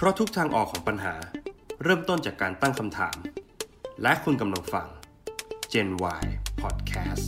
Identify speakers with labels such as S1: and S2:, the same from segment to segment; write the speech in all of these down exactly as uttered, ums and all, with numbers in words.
S1: เพราะทุกทางออกของปัญหาเริ่มต้นจากการตั้งคำถามและคุณกำลังฟัง Gen Y Podcast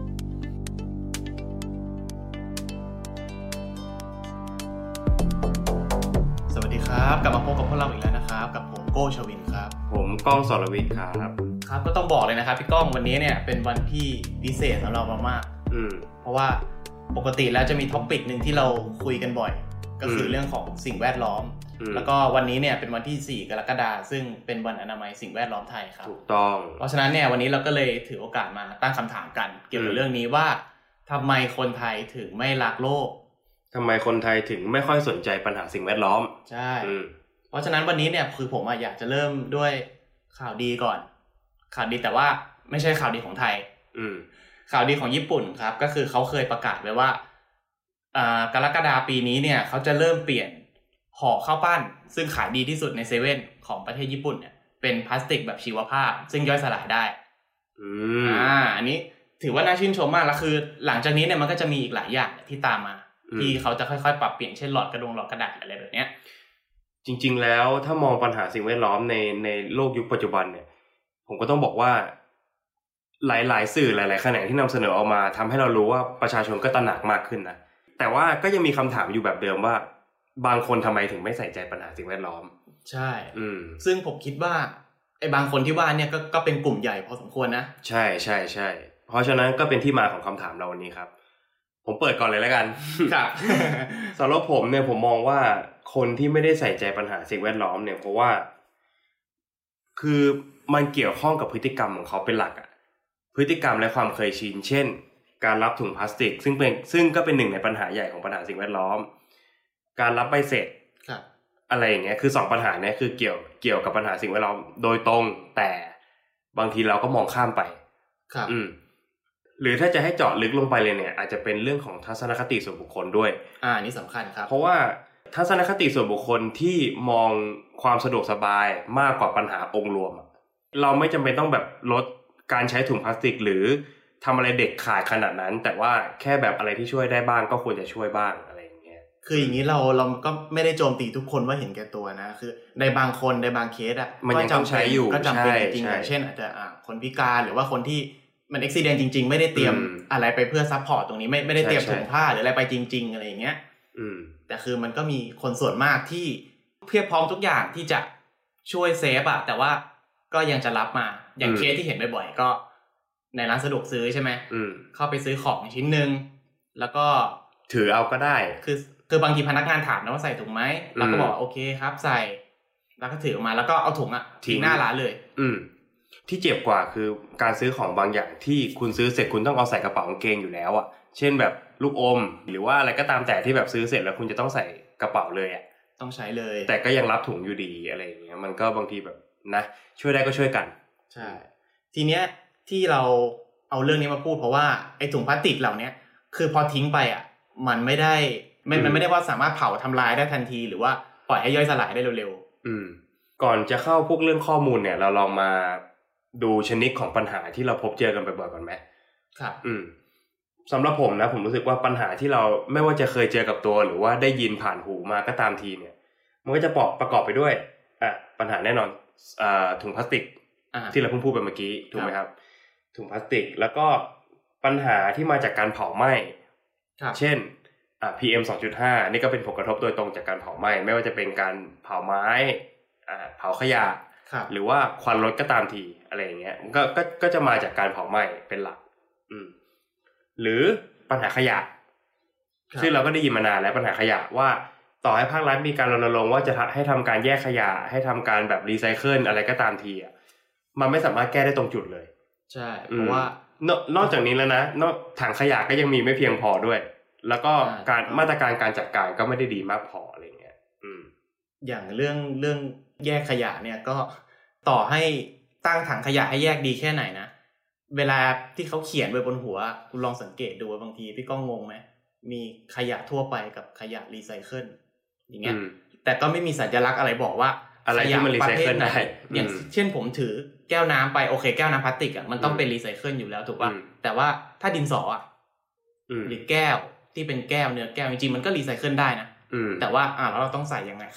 S2: สวัสดีครับกลับมาพบกับพวกเราอีกแล้วนะครับกับผมโก้ชวินครับ
S1: ผมก้องสรวิทย์ครับ
S2: ครับก็ต้องบอกเลยนะครับพี่ก้องวันนี้เนี่ยเป็นวันที่พิเศษสำหรับเรามาก
S1: อืม
S2: เพราะว่าปกติแล้วจะมีท็อปิกนึงที่เราคุยกันบ่อยก็คือเรื่องของสิ่งแวดล้อมแล้วก็วันนี้เนี่ยเป็นวันที่สี่กรกฎาคมซึ่งเป็นวันอนามัยสิ่งแวดล้อมไทยครับ
S1: ถูกต้อง
S2: เพราะฉะนั้นเนี่ยวันนี้เราก็เลยถือโอกาสมาตั้งคำถามกันเกี่ยวกับเรื่องนี้ว่าทำไมคนไทยถึงไม่รักโลก
S1: ทำไมคนไทยถึงไม่ค่อยสนใจปัญหาสิ่งแวดล้อม
S2: ใช่เพราะฉะนั้นวันนี้เนี่ยคือผมอยากจะเริ่มด้วยข่าวดีก่อนข่าวดีแต่ว่าไม่ใช่ข่าวดีของไทยข่าวดีของญี่ปุ่นครับก็คือเขาเคยประกาศไว้ว่าอ่ากรกฎาคมปีนี้เนี่ยเขาจะเริ่มเปลี่ยนห่อข้าวปั้นซึ่งขายดีที่สุดในเซเว่นของประเทศญี่ปุ่นเนี่ยเป็นพลาสติกแบบชีวภาพซึ่งย่อยสลายได้
S1: อืม
S2: อ่าอันนี้ถือว่าน่าชื่นชมมากแล้วคือหลังจากนี้เนี่ยมันก็จะมีอีกหลายอย่างที่ตามมาที่เขาจะค่อยๆปรับเปลี่ยนเช่นหลอดกระดงหลอดกระดาษอะไรแบบเนี้ย
S1: จริงๆแล้วถ้ามองปัญหาสิ่งแวดล้อมในในโลกยุคปัจจุบันเนี่ยผมก็ต้องบอกว่าหลายๆสื่อหลายๆแขนงที่นำเสนอออกมาทำให้เรารู้ว่าประชาชนก็ตระหนักมากขึ้นนะแต่ว่าก็ยังมีคำถามอยู่แบบเดิมว่าบางคนทำไมถึงไม่ใส่ใจปัญหาสิ่งแวดล้อม
S2: ใช่อืมซึ่งผมคิดว่าไอ้บางคนที่ว่าเนี่ยก็ก็เป็นกลุ่มใหญ่พอสมควรนะ
S1: ใช่ใช่ใช่เพราะฉะนั้นก็เป็นที่มาของคำถามเราวันนี้ครับผมเปิดก่อนเลยแล้วกัน
S2: ครับ
S1: สำหรับผมเนี่ยผมมองว่าคนที่ไม่ได้ใส่ใจปัญหาสิ่งแวดล้อมเนี่ยเพราะว่าคือมันเกี่ยวข้องกับพฤติกรรมของเขาเป็นหลักอ่ะพฤติกรรมและความเคยชินเช่นการรับถุงพลาสติกซึ่งเป็นซึ่งก็เป็นหนึ่งในปัญหาใหญ่ของปัญหาสิ่งแวดล้อมการรับใบเสร็จอะไรอย่างเงี้ยคือสองปัญหาเนี้ยคือเกี่ยวเกี่ยวกับปัญหาสิ่งแวดล้อมโดยตรงแต่บางทีเราก็มองข้ามไป
S2: ครับ
S1: อืมหรือถ้าจะให้เจาะลึกลงไปเลยเนี่ยอาจจะเป็นเรื่องของทัศนคติส่วนบุคคลด้วย
S2: อ่านี่สำคัญครับ
S1: เพราะว่าทัศนคติส่วนบุคคลที่มองความสะดวกสบายมากกว่าปัญหาองค์รวมเราไม่จำเป็นต้องแบบลดการใช้ถุงพลาสติกหรือทำอะไรเด็กขาดขนาดนั้นแต่ว่าแค่แบบอะไรที่ช่วยได้บ้างก็ควรจะช่วยบ้างอะไรอย่างเงี้ย
S2: คืออย่างนี้เราเราก็ไม่ได้โจมตีทุกคนว่าเห็นแก่ตัวนะคือในบางคนในบางเคสอ่ะ
S1: มันยังต้องใช้อยู่
S2: ก็จำเป็นจริงๆอย่างเช่นอาจจะอ่าคนพิการหรือว่าคนที่มันอุบัติเหตุจริงๆไม่ได้เตรียมอะไรไปเพื่อซัพพอร์ตตรงนี้ไม่ไม่ได้เตรียมถุงผ้าหรืออะไรไปจริงๆอะไรอย่างเงี้ย
S1: อืม
S2: แต่คือมันก็มีคนส่วนมากที่เพียบพร้อมทุกอย่างที่จะช่วยเซฟอ่ะแต่ว่าก็ยังจะรับมาอย่างเคสที่เห็นบ่อยๆก็ในร้านสะดวกซื้อใช่ไหมเข้าไปซื้อของชิ้นนึงแล้วก็
S1: ถือเอาก็ได้
S2: คือคือบางทีพนักงานถามนะว่าใส่ถุงไหมเราก็บอกโอเคครับใส่แล้วก็ถือออกมาแล้วก็เอาถุงอ่ะทิ้งหน้าร้านเลย
S1: อืมที่เจ็บกว่าคือการซื้อของบางอย่างที่คุณซื้อเสร็จคุณต้องเอาใส่กระเป๋ากางเกงอยู่แล้วอ่ะเช่นแบบลูกอมหรือว่าอะไรก็ตามแต่ที่แบบซื้อเสร็จแล้วคุณจะต้องใส่กระเป๋าเลยอ่ะ
S2: ต้องใช้เลย
S1: แต่ก็ยังรับถุงอยู่ดีอะไรอย่างเงี้ยมันก็บางทีแบบนะช่วยได้ก็ช่วยกัน
S2: ใช่ทีเนี้ยที่เราเอาเรื่องนี้มาพูดเพราะว่าไอ้ถุงพลาสติกเหล่านี้คือพอทิ้งไปอ่ะมันไม่ได้มันมันไม่ได้ว่าสามารถเผาทำลายได้ทันทีหรือว่าปล่อยให้ย่อยสลายได้เร็ว
S1: ๆอืมก่อนจะเข้าพวกเรื่องข้อมูลเนี่ยเราลองมาดูชนิดของปัญหาที่เราพบเจอกันบ่อยๆก่อนไหม
S2: ครับ
S1: อืมสำหรับผมนะผมรู้สึกว่าปัญหาที่เราไม่ว่าจะเคยเจอกับตัวหรือว่าได้ยินผ่านหูมาก็ตามทีเนี่ยมันก็จะประกอบไปด้วยอ่ะปัญหาแน่นอนอ่าถุงพลาสติกที่เราเพิ่งพูดไปเมื่อกี้ถูกไหมครับถุงพลาสติกแล้วก็ปัญหาที่มาจากการเผาไหม้เช่นอ่า พี เอ็ม สองจุดห้า นี่ก็เป็นผลกระทบโดยตรงจากการเผาไหม้ไม่ว่าจะเป็นการเผาไม้อ่าเผาขยะหรือว่าควันรถก็ตามทีอะไรอย่างเงี้ยก็ก็ก็จะมาจากการเผาไหม้เป็นหลักอืมหรือปัญหาขยะซึ่งเราก็ได้ยินมานานแล้วปัญหาขยะว่าต่อให้ภาครัฐมีการรณรงค์ว่าจะให้ทำการแยกขยะให้ทำการแบบรีไซเคิลอะไรก็ตามทีอ่ะมันไม่สามารถแก้ได้ตรงจุดเลย
S2: ใช่เพราะว่
S1: านอกจากนี้แล้วนะนอกถังขยะก็ยังมีไม่เพียงพอด้วยแล้วก็การมาตรการการจัดการก็ไม่ได้ดีมากพออะไรเงี้ยอืม
S2: อย่างเรื่องเรื่องแยกขยะเนี่ยก็ต่อให้ตั้งถังขยะให้แยกดีแค่ไหนนะเวลาที่เขาเขียนไว้บนหัวคุณลองสังเกตดูบางทีพี่ก้องงงไหมมีขยะทั่วไปกับขยะรีไซเคิลอย่างเงี้ยแต่ก็ไม่มีสัญลักษณ์อะไรบอกว่า
S1: อะไรที่มันรีไซเคิลได้
S2: อย่างเช่นผมถือแก้วน้ำไปโอเคแก้วน้ำพลาสติกอ่ะมันต้องเป็นรีไซเคิลอยู่แล้วถูกป่ะแต่ว่าถ้าดินสออ่ะหรือแก้วที่เป็นแก้วเนื้อแก้วจริงๆมันก็รีไซเคิลได้นะแต่ว่าอ่าแล้วเราต้องใส่ยังไงคือ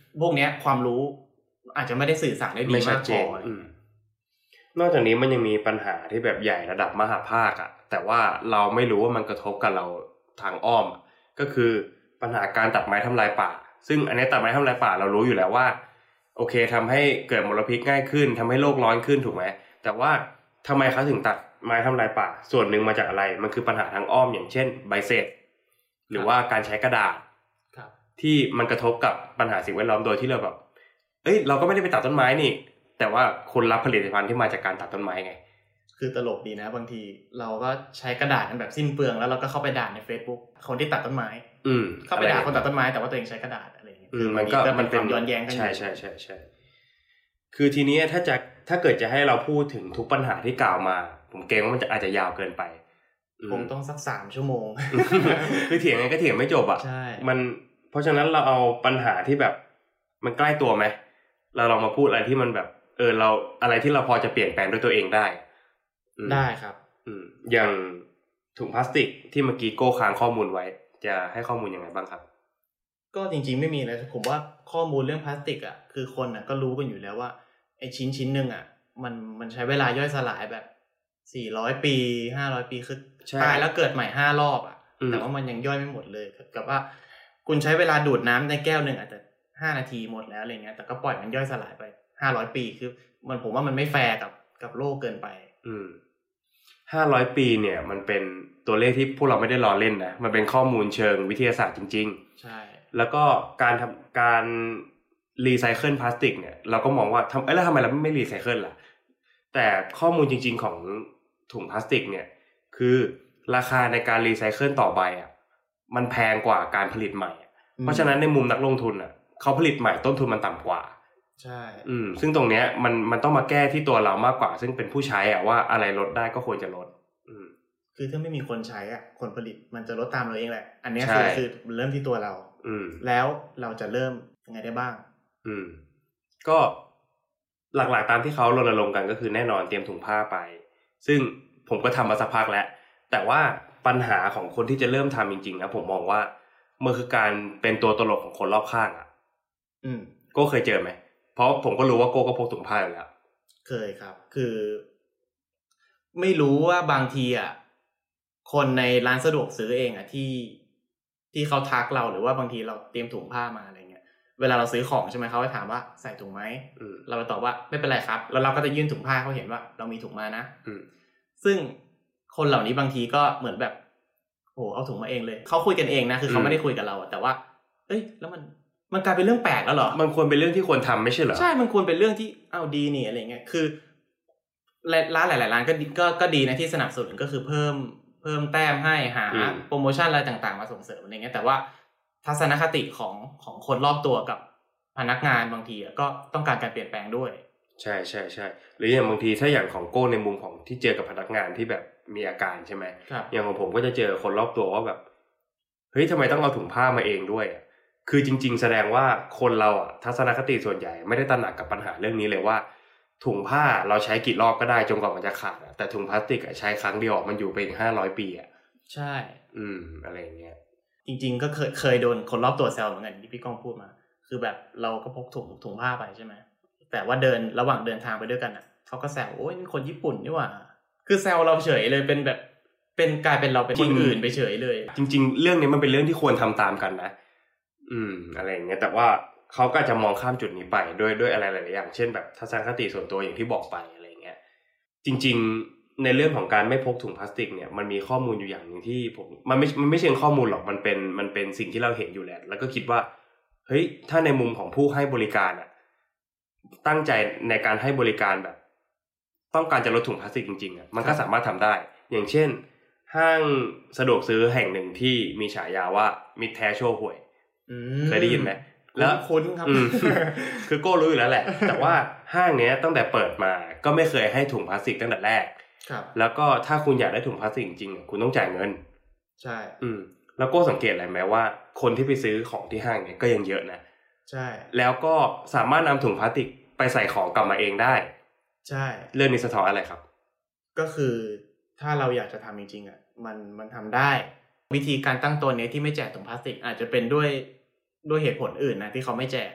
S2: พวกเนี้ยความรู้อาจจะไม่ได้สื่อสารได้ดีมากพ
S1: อนอกจากนี้มันยังมีปัญหาที่แบบใหญ่ระดับมหาภาคอะแต่ว่าเราไม่รู้ว่ามันกระทบกับเราทางอ้อมก็คือปัญหาการตัดไม้ทำลายป่าซึ่งอันนี้ตัดไม้ทำลายป่าเรารู้อยู่แล้วว่าโอเคทำให้เกิดมลพิษง่ายขึ้นทำให้โลกร้อนขึ้นถูกไหมแต่ว่าทำไมเขาถึงตัดไม้ทำลายป่าส่วนหนึ่งมาจากอะไรมันคือปัญหาทางอ้อมอย่างเช่นใบเศษหรือว่าการใช้กระดาษที่มันกระทบกับปัญหาสิ่งแวดล้อมโดยที่เราแบบเอ้ยเราก็ไม่ได้ไปตัดต้นไม้นี่แต่ว่าคนรับผลิตภัณฑ์ที่มาจากการตัดต้นไม้ไง
S2: คือตลกดีนะบางทีเราก็ใช้กระดาษกันแบบสิ้นเปลืองแล้วเราก็เข้าไปด่าใน Facebook คนที่ตัดต้นไม้
S1: อืม
S2: เข้าไปด่าคนตัดต้นไม้แต่ว่าตัวเองใช้กระดาษอะไรอย่างเงี้ย
S1: คือมันก็มันเป็น
S2: ย้อนแย้งกัน
S1: ใช่ๆๆๆคือทีนี้ถ้าจะถ้าเกิดจะให้เราพูดถึงทุกปัญหาที่กล่าวมาผมเกรงว่ามันจะอาจจะยาวเกินไป
S2: คงต้องสักสามชั่วโมง
S1: คือเถียงไงก็เถียงไม่จบอ่ะมันเพราะฉะนั้นเราเอาปัญหาที่แบบมันใกล้ตัวไหมเราลองมาพูดอะไรที่มันแบบเออเราอะไรที่เราพอจะเปลี่ยนแปลงด้วยตัวเองได้
S2: ได้ครับ
S1: อืมอย่างถุงพลาสติกที่เมื่อกี้โก้ค้างข้อมูลไว้จะให้ข้อมูลยังไงบ้างครับ
S2: ก็จริงๆไม่มีเลยผมว่าข้อมูลเรื่องพลาสติกอ่ะคือคนอ่ะก็รู้กันอยู่แล้วว่าไอ้ชิ้นชิ้นนึงอ่ะมันมันใช้เวลาย่อยสลายแบบสี่ร้อยปีห้าร้อยปีคือตายแล้วเกิดใหม่ห้ารอบอ่ะแต่ว่ามันยังย่อยไม่หมดเลยกับว่าคุณใช้เวลาดูดน้ำในแก้วนึงอาจจะห้านาทีหมดแล้วอะไรเงี้ยแต่ก็ปล่อยมันย่อยสลายไปห้าร้อยปีคือมันผมว่ามันไม่แฟร์กับกับโลกเกินไป
S1: อืมห้าร้อยปีเนี่ยมันเป็นตัวเลขที่พวกเราไม่ได้ล้อเล่นนะมันเป็นข้อมูลเชิงวิทยาศาสตร์จริง
S2: ๆใช่
S1: แล้วก็การทำการรีไซเคิลพลาสติกเนี่ยเราก็มองว่าทำเอ้ยแล้วทำไมเราไม่รีไซเคิลล่ะแต่ข้อมูลจริงๆของถุงพลาสติกเนี่ยคือราคาในการรีไซเคิลต่อใบอ่ะมันแพงกว่าการผลิตใหม่เพราะฉะนั้นในมุมนักลงทุนอ่ะเขาผลิตใหม่ต้นทุนมันต่ำกว่า
S2: ใช่
S1: อืมซึ่งตรงเนี้ยมันมันต้องมาแก้ที่ตัวเรามากกว่าซึ่งเป็นผู้ใช้อ่ะว่าอะไรลดได้ก็ควรจะลดอืม
S2: คือถ้าไม่มีคนใช้อ่ะคนผลิตมันจะลดตามเราเองแหละอันนี้คือคือเริ่มที่ตัวเรา
S1: อืม
S2: แล้วเราจะเริ่มยังไงได้บ้าง
S1: อืมก็หลักๆตามที่เขารณรงค์กันก็คือแน่นอนเตรียมถุงผ้าไปซึ่งผมก็ทำมาสักพักแล้วแต่ว่าปัญหาของคนที่จะเริ่มทำจริงๆนะผมมองว่ามันคือการเป็นตัวตลกของคนรอบข้างอ่ะ
S2: อืม
S1: โก้เคยเจอไหมเพราะผมก็รู้ว่าโก้ก็พกถุงผ้าอยู่แล้ว
S2: เคยครับคือไม่รู้ว่าบางทีอ่ะคนในร้านสะดวกซื้อเองอ่ะที่ที่เขาทักเราหรือว่าบางทีเราเตรียมถุงผ้ามาอะไรเงี้ยเวลาเราซื้อของใช่ไหมเขาจะถามว่าใส่ถุงไหมเราไปตอบว่าไม่เป็นไรครับแล้วเราก็จะยื่นถุงผ้าเขาเห็นว่าเรามีถุงมานะซึ่งคนเหล่านี้บางทีก็เหมือนแบบโอ้เอาถุงมาเองเลยเขาคุยกันเองนะคือเขาไม่ได้คุยกับเราแต่ว่าเอ้ยแล้วมันมันกลายเป็นเรื่องแปลกแล้วเหรอ
S1: มันควรเป็นเรื่องที่ควรทำไม่ใช่เหรอ
S2: ใช่มันควรเป็นเรื่องที่เอาดีนี่อะไรเงี้ยคือร้านหลายๆร้านก็ก็ก็ดีนะที่สนับสนุนก็คือเพิ่มเพิ่มแต้มให้หาโปรโมชั่นอะไรต่างๆมาส่งเสริมอะไรเงี้ยแต่ว่าทัศนคติของของคนรอบตัวกับพนักงานบางทีก็ต้องการการเปลี่ยนแปลงด้วย
S1: ใช่ใช่ใช่หรืออย่างบางทีถ้าอย่างของโก้ในมุมของที่เจอกับพนักงานที่แบบมีอาการใช่ไหมอย่างของผมก็จะเจอคนรอบตัวว่าแบบเฮ้ยทำไมต้องเอาถุงผ้ามาเองด้วยคือจริงๆแสดงว่าคนเราอ่ะทัศนคติส่วนใหญ่ไม่ได้ตระหนักกับปัญหาเรื่องนี้เลยว่าถุงผ้าเราใช้กี่รอบก็ได้จนกว่ามันจะขาดแต่ถุงพลาสติกใช้ครั้งเดียวมันอยู่ไปอีกห้าร้อยปีอ่ะ
S2: ใช่
S1: อืมอะไรอย่างเงี้ย
S2: จริงๆก็เคยเคยโดนคนรอบตัวแซวเหมือนกันที่พี่ก้องพูดมาคือแบบเราก็พกถุงถุงผ้าไปใช่ไหมแต่ว่าเดินระหว่างเดินทางไปด้วยกันอ่ะเขาก็แซวโอ้ยนี่คนญี่ปุ่นนี่หว่าคือแซวเราเฉยเลยเป็นแบบเป็นกลายเป็นเราเป็นคนอื่นไปเฉยเลย
S1: จริงๆเรื่องนี้มันเป็นเรื่องที่ควรทำตามกันนะอืมอะไรอย่างเงี้ยแต่ว่าเขาก็จะมองข้ามจุดนี้ไปด้วยด้วยอะไรหลายๆอย่างเช่นแบบทัศนคติส่วนตัวอย่างที่บอกไปอะไรเงี้ยจริงๆในเรื่องของการไม่พกถุงพลาสติกเนี่ยมันมีข้อมูลอยู่อย่างนึงที่ผมมันไม่มันไม่เชิงข้อมูลหรอกมันเป็นมันเป็นสิ่งที่เราเห็นอยู่แล้วแล้วก็คิดว่าเฮ้ยถ้าในมุมของผู้ให้บริการอ่ะตั้งใจในการให้บริการแบบต้องการจะลดถุงพลาสติกจริงๆอ่ะมันก็สามารถทำได้อย่างเช่นห้างสะดวกซื้อแห่งหนึ่งที่มีฉายาว่ามิตรแท้โชห่วยเคยได้ยินไหม
S2: แล้วคุ้นครับ
S1: คือโก้รู้อยู่แล้วแหละแต่ว่าห้างเนี้ยตั้งแต่เปิดมาก็ไม่เคยให้ถุงพลาสติกตั้งแต่แรกแล้วก็ถ้าคุณอยากได้ถุงพลาสติกจริงๆคุณต้องจ่ายเงิน
S2: ใช่
S1: อืมแล้วโก้สังเกตอะไรไหมว่าคนที่ไปซื้อของที่ห้างเนี่ยก็ยังเยอะนะ
S2: ใช่
S1: แล้วก็สามารถนำถุงพลาสติกไปใส่ของกลับมาเองได้
S2: ใช่
S1: เรื่องนี้สะท้อนอะไรครับ
S2: ก็คือถ้าเราอยากจะทำจริงๆอ่ะมันมันทำได้วิธีการตั้งตัวเนี้ยที่ไม่แจกถุงพลาสติกอาจจะเป็นด้วยด้วยเหตุผลอื่นนะที่เขาไม่แจก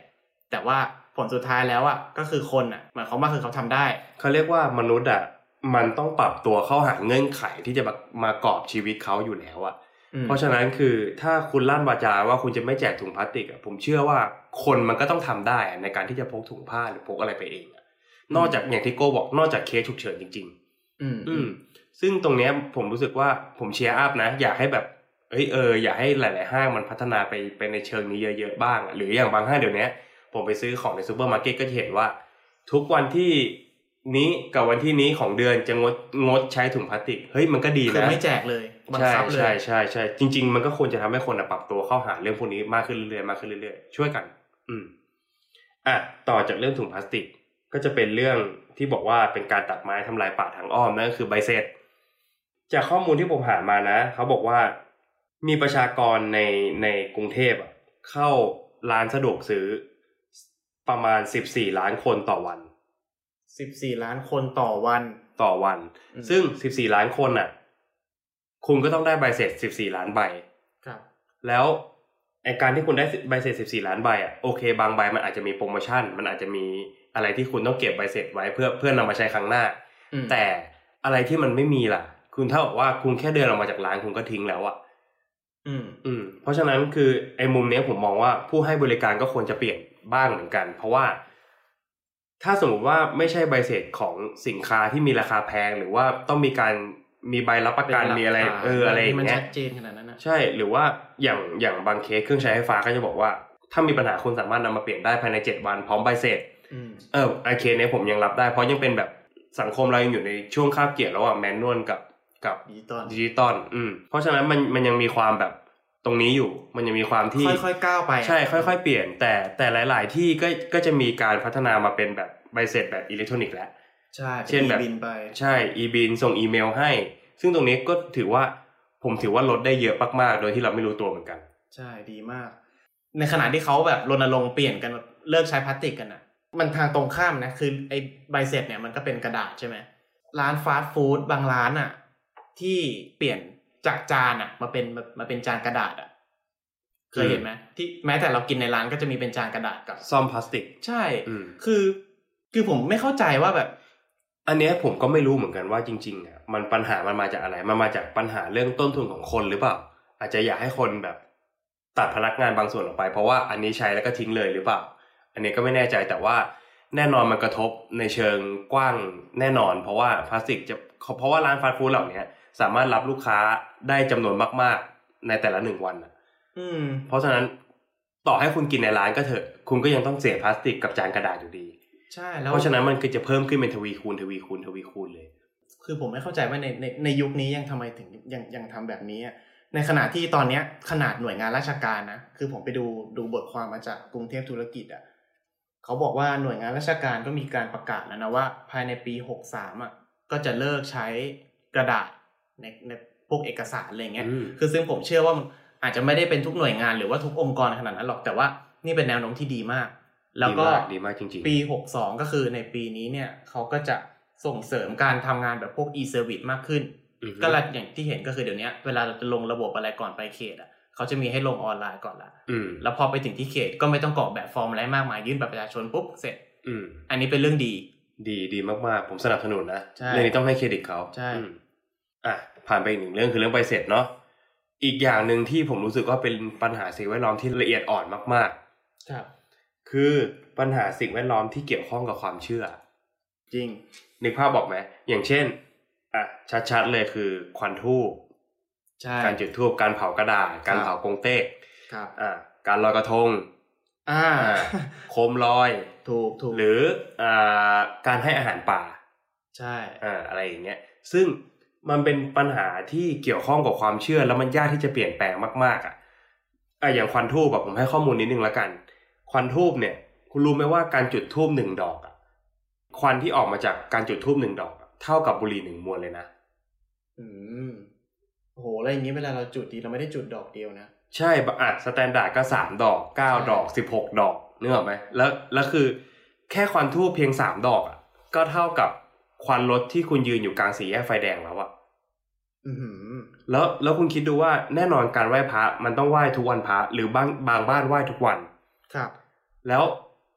S2: แต่ว่าผลสุดท้ายแล้วอ่ะก็คือคนอ่ะหมายความว่าคือเขาทำได้
S1: เขาเรียกว่ามนุษย์อ่ะมันต้องปรับตัวเข้าหาเงื่อนไขที่จะมามากอบชีวิตเขาอยู่แล้วอ่ะเพราะฉะนั้นคือถ้าคุณลั่นวาจาว่าคุณจะไม่แจกถุงพลาสติกอ่ะผมเชื่อว่าคนมันก็ต้องทำได้ในการที่จะพกถุงผ้าหรือพกอะไรไปเองอ่ะนอกจากอย่างที่โก้บอกนอกจากเคสฉุกเฉินจริงๆอืมอืมซึ่งตรงเนี้ยผมรู้สึกว่าผมเชียร์อัพนะอยากให้แบบเอ้ยเอออยากให้หลายๆห้างมันพัฒนาไปไปในเชิงนี้เยอะๆบ้างหรืออย่างบางห้างเดี๋ยวนี้ผมไปซื้อของในซูเปอร์มาร์เก็ตก็จะเห็นว่าทุกวันที่นี้กับวันที่นี้ของเดือนจะงดงดใช้ถุงพลาสติกเฮ้ยมันก็ดีนะ
S2: คือไม่แจกเลยบังคับเลย
S1: ใช่ใช่ใช่จริงๆมันก็ควรจะทำให้คนปรับตัวเข้าหาเรื่องพวกนี้มากขึ้นเรื่อยๆมากขึ้นเรื่อยๆช่วยกันอืมอ่ะต่อจากเรื่องถุงพลาสติกก็จะเป็นเรื่องที่บอกว่าเป็นการตัดไม้ทำลายป่าทางอ้อมนั่นก็คือใบเสร็จจากข้อมูลที่ผมหามานะเขาบอกว่ามีประชากรในในกรุงเทพอ่ะเข้าร้านสะดวกซื้อประมาณสิบสี่ล้านคนต่อวัน
S2: สิบสี่ล้านคนต่อวัน
S1: ต่อวันซึ่งสิบสี่ล้านคนน่ะคุณก็ต้องได้ใบเสร็จสิบสี่ล้านใบ
S2: ครับ
S1: แล้วไอ้การที่คุณได้ใบเสร็จสิบสี่ล้านใบอ่ะโอเคบางใบมันอาจจะมีโปรโมชั่นมันอาจจะมีอะไรที่คุณต้องเก็บใบเสร็จไว้เพื่อเพื่อนำมาใช้ครั้งหน้าแต่อะไรที่มันไม่มีล่ะคุณเท่ากับว่าคุณแค่เดินออกมาจากร้านคุณก็ทิ้งแล้วอ่ะอืมอืมเพราะฉะนั้นคือไอ้มุมนี้ผมมองว่าผู้ให้บริการก็ควรจะเปลี่ยนบ้างเหมือนกันเพราะว่าถ้าสมมติว่าไม่ใช่ใบเสร็จของสินค้าที่มีราคาแพงหรือว่าต้องมีการมีใบรับประกันมีอะไรเอออะไรอย่างเงี้ย
S2: มันชัดเจนขนาดนั้นนะ
S1: ใช่หรือว่าอย่างอย่างบางเคสเครื่องใช้ไฟฟ้าก็จะบอกว่าถ้ามีปัญหาคุณสามารถนำมาเปลี่ยนได้ภายในเจ็ดวันพร้อมใบเสร็จเออไอเคสนี้ผมยังรับได้เพราะยังเป็นแบบสังคมเรายังอยู่ในช่วงคาบเกี่ยวระหว่างแมนนวลกับกับ
S2: ดิจิตอล
S1: ดิจิตอลอืมเพราะฉะนั้นมันมันยังมีความแบบตรงนี้อยู่มันยังมีความที่
S2: ค่อยๆก้าวไป
S1: ใช่ค่อยๆเปลี่ยนแต่แต่หลายๆที่ก็ก็จะมีการพัฒนามาเป็นแบบใบเสร็จแบบอิเล็กทรอนิกส์แล้ว
S2: ใช่
S1: เช่นแบบใช่อีบินส่งอีเมลให้ซึ่งตรงนี้ก็ถือว่าผมถือว่าลดได้เยอะมากๆโดยที่เราไม่รู้ตัวเหมือนกัน
S2: ใช่ดีมากในขณะที่เขาแบบรณรงค์เปลี่ยนกันเลิกใช้พลาสติกกันอ่ะมันทางตรงข้ามนะคือไอ้ใบเสร็จเนี่ยมันก็เป็นกระดาษใช่ไหมร้านฟาสต์ฟู้ดบางร้านอ่ะที่เปลี่ยนจากจานอ่ะมาเป็นมาเป็นจานกระดาษอ่ะเคยเห็นไหมที่แม้แต่เรากินในร้านก็จะมีเป็นจานกระดาษกับ
S1: ซ่อมพลาสติก
S2: ใช่คือคือผมไม่เข้าใจว่าแบบ
S1: อันนี้ผมก็ไม่รู้เหมือนกันว่าจริงๆอ่ะมันปัญหามันมาจากอะไรมันมาจากปัญหาเรื่องต้นทุนของคนหรือเปล่าอาจจะอยากให้คนแบบตัดพนักงานบางส่วนออกไปเพราะว่าอันนี้ใช้แล้วก็ทิ้งเลยหรือเปล่าอันนี้ก็ไม่แน่ใจแต่ว่าแน่นอนมันกระทบในเชิงกว้างแน่นอนเพราะว่าพลาสติกจะเพราะว่าร้านฟาสต์ฟู้ดเหล่านี้สามารถรับลูกค้าได้จำนวนมากๆในแต่ละหนึ่งวัน
S2: อืม
S1: เพราะฉะนั้นต่อให้คุณกินในร้านก็เถอะคุณก็ยังต้องเสียพลาสติกกับจานกระดาษอยู่ดี
S2: ใช่แล้ว
S1: เพราะฉะนั้นมันก็จะเพิ่มขึ้นเป็นทวีคูณทวีคูณทวีคูณเลย
S2: คือผมไม่เข้าใจว่าในในในยุคนี้ยังทำไมถึงยังยังทำแบบนี้ในขณะที่ตอนนี้ขนาดหน่วยงานราชการนะคือผมไปดูดูบทความมาจากกรุงเทพธุรกิจอ่ะเขาบอกว่าหน่วยงานราชการก็มีการประกาศแล้วนะว่าภายในปีหกสิบสามอ่ะก็จะเลิกใช้กระดาษในในพวกเอกสารอะไรเงี้ยคือซึ่งผมเชื่อว่าอาจจะไม่ได้เป็นทุกหน่วยงานหรือว่าทุกองค์กรขนาดนั้นหรอกแต่ว่านี่เป็นแนวโน้มที่ดีมากแล้วก็
S1: ดีมากจริง
S2: ๆปีหกสิบสองก็คือในปีนี้เนี่ยเขาก็จะส่งเสริมการทำงานแบบพวก e-service มากขึ้นก็อย่างที่เห็นก็คือเดี๋ยวนี้เวลาเราจะลงระบบอะไรก่อนไปเขตอ่ะเขาจะมีให้ลงออนไลน์ก่อนละแล้วพอไปถึงที่เขตก็ไม่ต้องกรอกแบบฟอร์มอะไรมากมายยื่นบัตรประชาชนปุ๊บเสร็จอันนี้เป็นเรื่องดี
S1: ดีดีมากๆผมสนับสนุนนะเรื่องนี้ต้องให้เครดิตเขา
S2: ใช่
S1: อ่ะผ่านไปอีกหนึ่งเรื่องคือเรื่องใบเสร็จเนาะอีกอย่างนึงที่ผมรู้สึกว่าเป็นปัญหาสิ่งแวดล้อมที่ละเอียดอ่อนมาก
S2: ๆครับ
S1: คือปัญหาสิ่งแวดล้อมที่เกี่ยวข้องกับความเชื่อ
S2: จริง
S1: นึกภาพบอกไหมอย่างเช่นอ่ะชัดๆเลยคือควันธูปการจุดธูปการเผากระดาษการเผากงเต็ก
S2: ครับ
S1: อ่ะการลอยกระทง
S2: อ่า
S1: โคมลอย
S2: ถูกถูก
S1: หรืออ่าการให้อาหารป่า
S2: ใช่
S1: อ่าอะไรอย่างเงี้ยซึ่งมันเป็นปัญหาที่เกี่ยวข้องกับความเชื่อแล้วมันยากที่จะเปลี่ยนแปลงมากๆอ่ะอ่ะอย่างควันธูปแบบผมให้ข้อมูลนิดนึงละกันควันธูปเนี่ยคุณรู้ไหมว่าการจุดธูปหนึ่งดอกอ่ะควันที่ออกมาจากการจุดธูปหนึ่งดอกเท่ากับบุหรี่หนึ่งมวนเลยนะ
S2: อืมโอ้โหแล้วอย่างนี้เวลาเราจุดดีเราไม่ได้จุดดอกเดียวนะ
S1: ใช่อ่ะสแตนดาร์ดก็สามดอกเก้าดอกสิบหกดอกนึกออกไหมแล้วแล้วคือแค่ควันธูปเพียงสามดอกอ่ะก็เท่ากับควันรถที่คุณยืนอยู่กลางสี่แยกไฟแดงแล้วอ่ะ
S2: อือ
S1: แล้วแล้วคุณคิดดูว่าแน่นอนการไหว้พระมันต้องไหว้ทุกวันพระหรือบางบางบ้านไหว้ทุกวัน
S2: ครับ
S1: แล้ว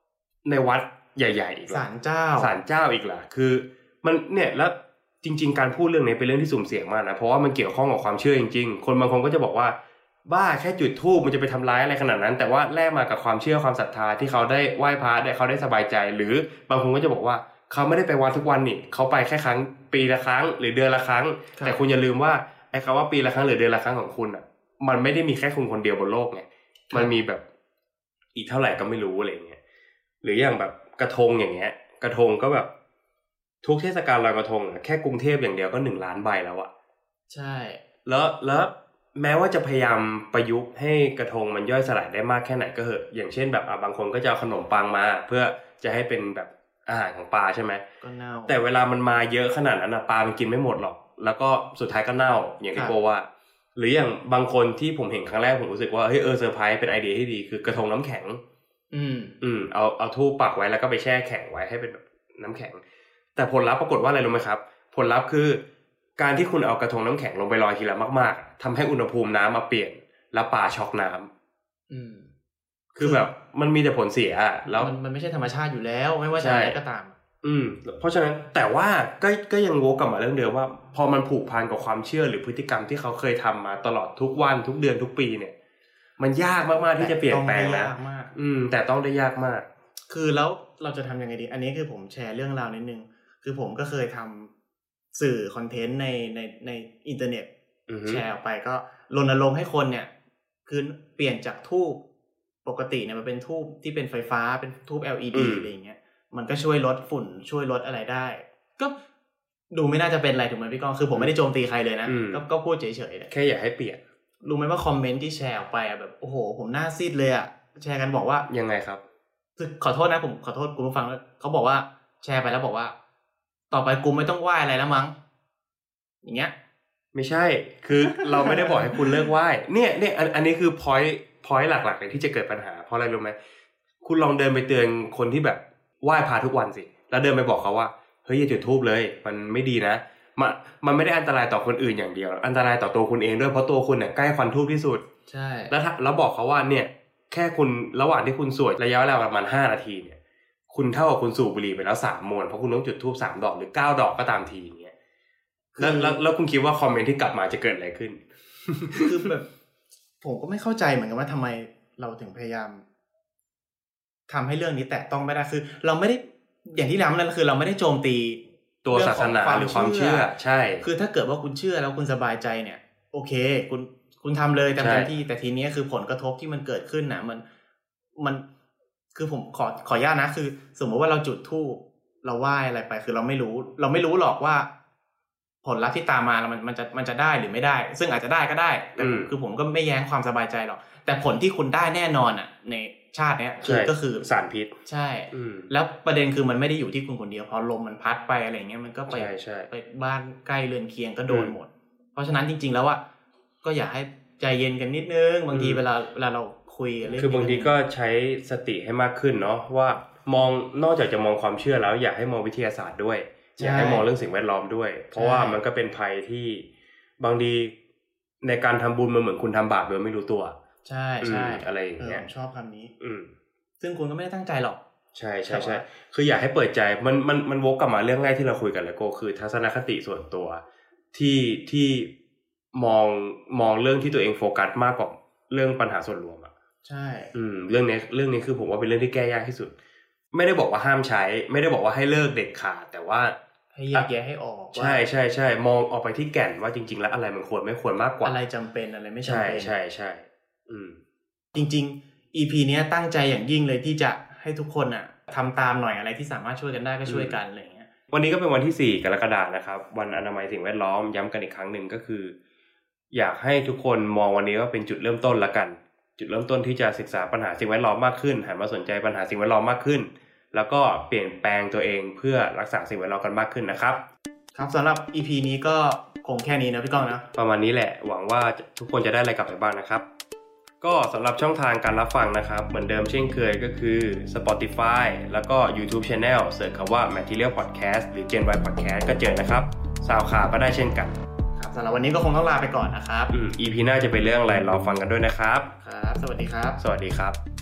S1: ในวัดใหญ่ๆอีก
S2: ศาลเจ้า
S1: ศาลเจ้าอีกล่ะคือมันเนี่ยแล้วจริงๆการพูดเรื่องนี้เป็นเรื่องที่สุ่มเสี่ยงมากนะเพราะว่ามันเกี่ยวข้องกับความเชื่อจริงๆคนบางคนก็จะบอกว่าบ้าแค่จุดธูปมันจะไปทำร้ายอะไรขนาดนั้นแต่ว่าแลกมากับความเชื่อความศรัทธาที่เขาได้ไหว้พระได้เขาได้สบายใจหรือบางคนก็จะบอกว่าเขาไม่ได้ไปวัดทุกวันนี่เขาไปแค่ครั้งปีละครั้งหรือเดือนละครั้งแต่คุณอย่าลืมว่าไอ้คำว่าปีละครั้งหรือเดือนละครั้งของคุณอ่ะมันไม่ได้มีแค่คุณคนเดียวบนโลกไงมันมีแบบอีกเท่าไหร่ก็ไม่รู้อะไรเงี้ยหรืออย่างแบบกระทงอย่างเงี้ยกระทงก็แบบทุกเทศกาลลอยกระทงแค่กรุงเทพอย่างเดียวก็หนึ่งล้านใบแล้วอะ
S2: ใช่
S1: แล้วแล้วแม้ว่าจะพยายามประยุกต์ให้กระทงมันย่อยสลายได้มากแค่ไหนก็เหอะอย่างเช่นแบบอ่ะบางคนก็จะเอาขนมปังมาเพื่อจะให้เป็นแบบอาหารของปลาใช่ไหม
S2: ก็เน่า
S1: แต่เวลามันมาเยอะขนาดนั้นนะปลามันกินไม่หมดหรอกแล้วก็สุดท้ายก็เน่าอย่างที่โกว่าหรืออย่างบางคนที่ผมเห็นครั้งแรกผมรู้สึกว่าเฮ้ยเออเซอร์ไพรส์เป็นไอเดียที่ดีคือกระทงน้ำแข็ง
S2: อืม
S1: อืมเอาเอาธูปปักไว้แล้วก็ไปแช่แข็งไว้ให้เป็นแบบน้ำแข็งแต่ผลลัพธ์ปรากฏว่าอะไรรู้ไหมครับผลลัพธ์คือการที่คุณเอากระทงน้ำแข็งลงไปลอยทีละมากๆทำให้อุณหภูมิน้ำมาเปลี่ยนแล้วปลาช็อกน้ำ
S2: อืม
S1: คือแบบมันมีแต่ผลเสียแล้ว
S2: มันมันไม่ใช่ธรรมชาติอยู่แล้วไม่ว่าจะอะไรก็ตาม
S1: อืมเพราะฉะนั้นแต่ว่าก็ก็ยังโวกกลับมาเรื่องเดิมว่าพอมันผูกพันกับความเชื่อหรือพฤติกรรมที่เขาเคยทำมาตลอดทุกวันทุกเดือนทุกปีเนี่ยมันยากมากๆที่จะเปลี่ยนแปลงนะอืมแต่ต้องได้ยากมาก
S2: คือแล้วเราจะทำยังไงดีอันนี้คือผมแชร์เรื่องราวนิดนึงคือผมก็เคยทำสื่อคอนเทนต์ในในในอินเทอร์เน็ตแชร์ออกไปก็รณรงค์ให้คนเนี่ยคือเปลี่ยนจากธูปปกติเนี่ยมันเป็นธูปที่เป็นไฟฟ้าเป็นธูป แอล อี ดี อะไรอย่างเงี้ยมันก็ช่วยลดฝุ่นช่วยลดอะไรได้ก็ดูไม่น่าจะเป็นอะไรถูกไหมพี่ก้องคือผมไม่ได้โจมตีใครเลยนะก็ก็พูดเฉยๆ
S1: แค่อยากให้เปลี่ยน
S2: รู้ไหมว่าคอมเมนต์ที่แชร์ออกไปอ่ะแบบโอ้โหผมหน้าซีดเลยอ่ะแชร์กันบอกว่า
S1: ยังไงครับ
S2: คือขอโทษนะผมขอโทษคุณผู้ฟังด้วยเขาบอกว่าแชร์ไปแล้วบอกว่าต่อไปกูไม่ต้องไหว้อะไรแล้วมั้งอย่างเงี้ย
S1: ไม่ใช่คือเราไม่ได้บอกให้คุณเลิกไหว้เนี่ยเนี่ยอันอันนี้คือ point point หลักๆเลยที่จะเกิดปัญหาเพราะอะไรรู้ไหมคุณลองเดินไปเตือนคนที่แบบไหว้พระทุกวันสิแล้วเดินไปบอกเขาว่าเฮ้ยอย่าจุดธูปเลยมันไม่ดีนะมันมันไม่ได้อันตรายต่อคนอื่นอย่างเดียวอันตรายต่อตัวคุณเองด้วยเพราะตัวคุณเนี่ยใกล้ควันธูปที่สุด
S2: ใช่
S1: แล้วแล้วบอกเขาว่าเนี่ยแค่คุณระหว่างที่คุณสวดระยะเวลาประมาณห้านาทีเนี่ยคุณเท่ากับคุณสูบบุหรี่ไปแล้วสามมวนเพราะคุณต้องจุดธูปสามดอกหรือเก้าดอกก็ตามทีอย่างเงี้ยแล้วแล้วแล้วคุณคิดว่าคอมเมนต์ที่กลับมาจะเกิดอะไรขึ้น
S2: คือแบบผมก็ไม่เข้าใจเหมือนกันว่าทำไมเราถึงพยายามทำให้เรื่องนี้แตะต้องไม่ได้คือเราไม่ได้อย่างที่แล้วนั่นคือเราไม่ได้โจมตี
S1: ตัวศาสนาหรือความเชื่อใช่
S2: คือถ้าเกิดว่าคุณเชื่อแล้วคุณสบายใจเนี่ยโอเคคุณคุณทำเลยเต็มที่แต่ทีนี้คือผลกระทบที่มันเกิดขึ้นนะมันมันคือผมขอขออนุญาตนะคือสมมติว่าเราจุดธูปเราไหว้อะไรไปคือเราไม่รู้เราไม่รู้หรอกว่าผลลัพธ์ที่ตามมามันมันจะมันจะได้หรือไม่ได้ซึ่งอาจจะได้ก็ได้แต่คือผมก็ไม่แย้งความสบายใจหรอกแต่ผลที่คุณได้แน่นอนอ่ะในชาติเนี้ยคือก็คือ
S1: สารพิษ
S2: ใช่แล้วประเด็นคือมันไม่ได้อยู่ที่คุณคนเดียวพอลมมันพัดไปอะไรเงี้ยมันก็ไปไปบ้านใกล้เรือนเคียงก็โดนหมดเพราะฉะนั้นจริงๆแล้วอ่ะก็อยากให้ใจเย็นกันนิดนึงบางทีเวลาเวลาเราคุยเรื่อง
S1: คือบางทีก็ใช้สติให้มากขึ้นเนาะว่ามองนอกจากจะมองความเชื่อแล้วอยากให้มองวิทยาศาสตร์ด้วยอยากให้มองเรื่องสิ่งแวดล้อมด้วยเพราะว่ามันก็เป็นภัยที่บางทีในการทำบุญมันเหมือนคุณทำบาปโดยไม่รู้ตัว
S2: ใช่ใช่
S1: อะไรอย่างเงี้ย
S2: ชอบคำนี้
S1: อืม
S2: ซึ่งคุณก็ไม่ได้ตั้งใจหรอก
S1: ใช่ใช่ใช่คืออยากให้เปิดใจมันมันมันวกกลับมาเรื่องแรกที่เราคุยกันเลยโกคือทัศนคติส่วนตัวที่ที่มองมองเรื่องที่ตัวเองโฟกัสมากกว่าเรื่องปัญหาส่วนรวมอ่ะ
S2: ใช่
S1: อืมเรื่องนี้เรื่องนี้คือผมว่าเป็นเรื่องที่แก้ยากที่สุดไม่ได้บอกว่าห้ามใช้ไม่ได้บอกว่าให้เลิกเด็ดขาดแต่ว่า
S2: ให้แยกแยะให้ออก
S1: ใช่ใช่ใช่มองออกไปที่แก่นว่าจริงๆแล้วอะไรมันควรไม่ควรมากกว่า
S2: อะไรจำเป็นอะไรไม่จำเป็น
S1: ใช่ใช่ใช่อืม
S2: จริงๆ อี พี เนี้ยตั้งใจอย่างยิ่งเลยที่จะให้ทุกคนอ่ะทำตามหน่อยอะไรที่สามารถช่วยกันได้ก็ช่วยกันอะไรอย่างเงี้ย
S1: วันนี้ก็เป็นวันที่สี่กรกฎาคมนะครับวันอนามัยสิ่งแวดล้อมย้ำกันอีกครั้งหนึ่งก็คืออยากให้ทุกคนมองวันนี้ว่าเป็นจุดเริ่มต้นละกันจุดเริ่มต้นที่จะศึกษาปัญหาสิ่งแวดล้อมมากขึ้นหันมาสนใจปัญหาสิ่งแวดล้อมมากขึ้นแล้วก็เปลี่ยนแปลงตัวเองเพื่อรักษาสิ่งแวดล้อมกันมากขึ้นนะครับ
S2: ครับสำหรับ อี พี นี้ก็คงแค่นี้นะพี่ก้องนะ
S1: ประมาณนี้แหละหวังว่าทุกคนจะได้อะไรกลับไปบ้างนะครับก็สำหรับช่องทางการรับฟังนะครับเหมือนเดิมเช่นเคยก็คือ Spotify แล้วก็ YouTube Channel เสิร์ชคำว่า Material Podcast หรือ Gen Y Podcast ก็เจอนะครับ SoundCloud ก็ได้เช่นกัน
S2: ครับสำหรับวันนี้ก็คงต้องลาไปก่อนนะครับ
S1: อืม อี พี หน้าจะเป็นเรื่องอะไรรอฟังกันด้วยนะครับ
S2: ครับสวัสดีครับ
S1: สวัสดีครับ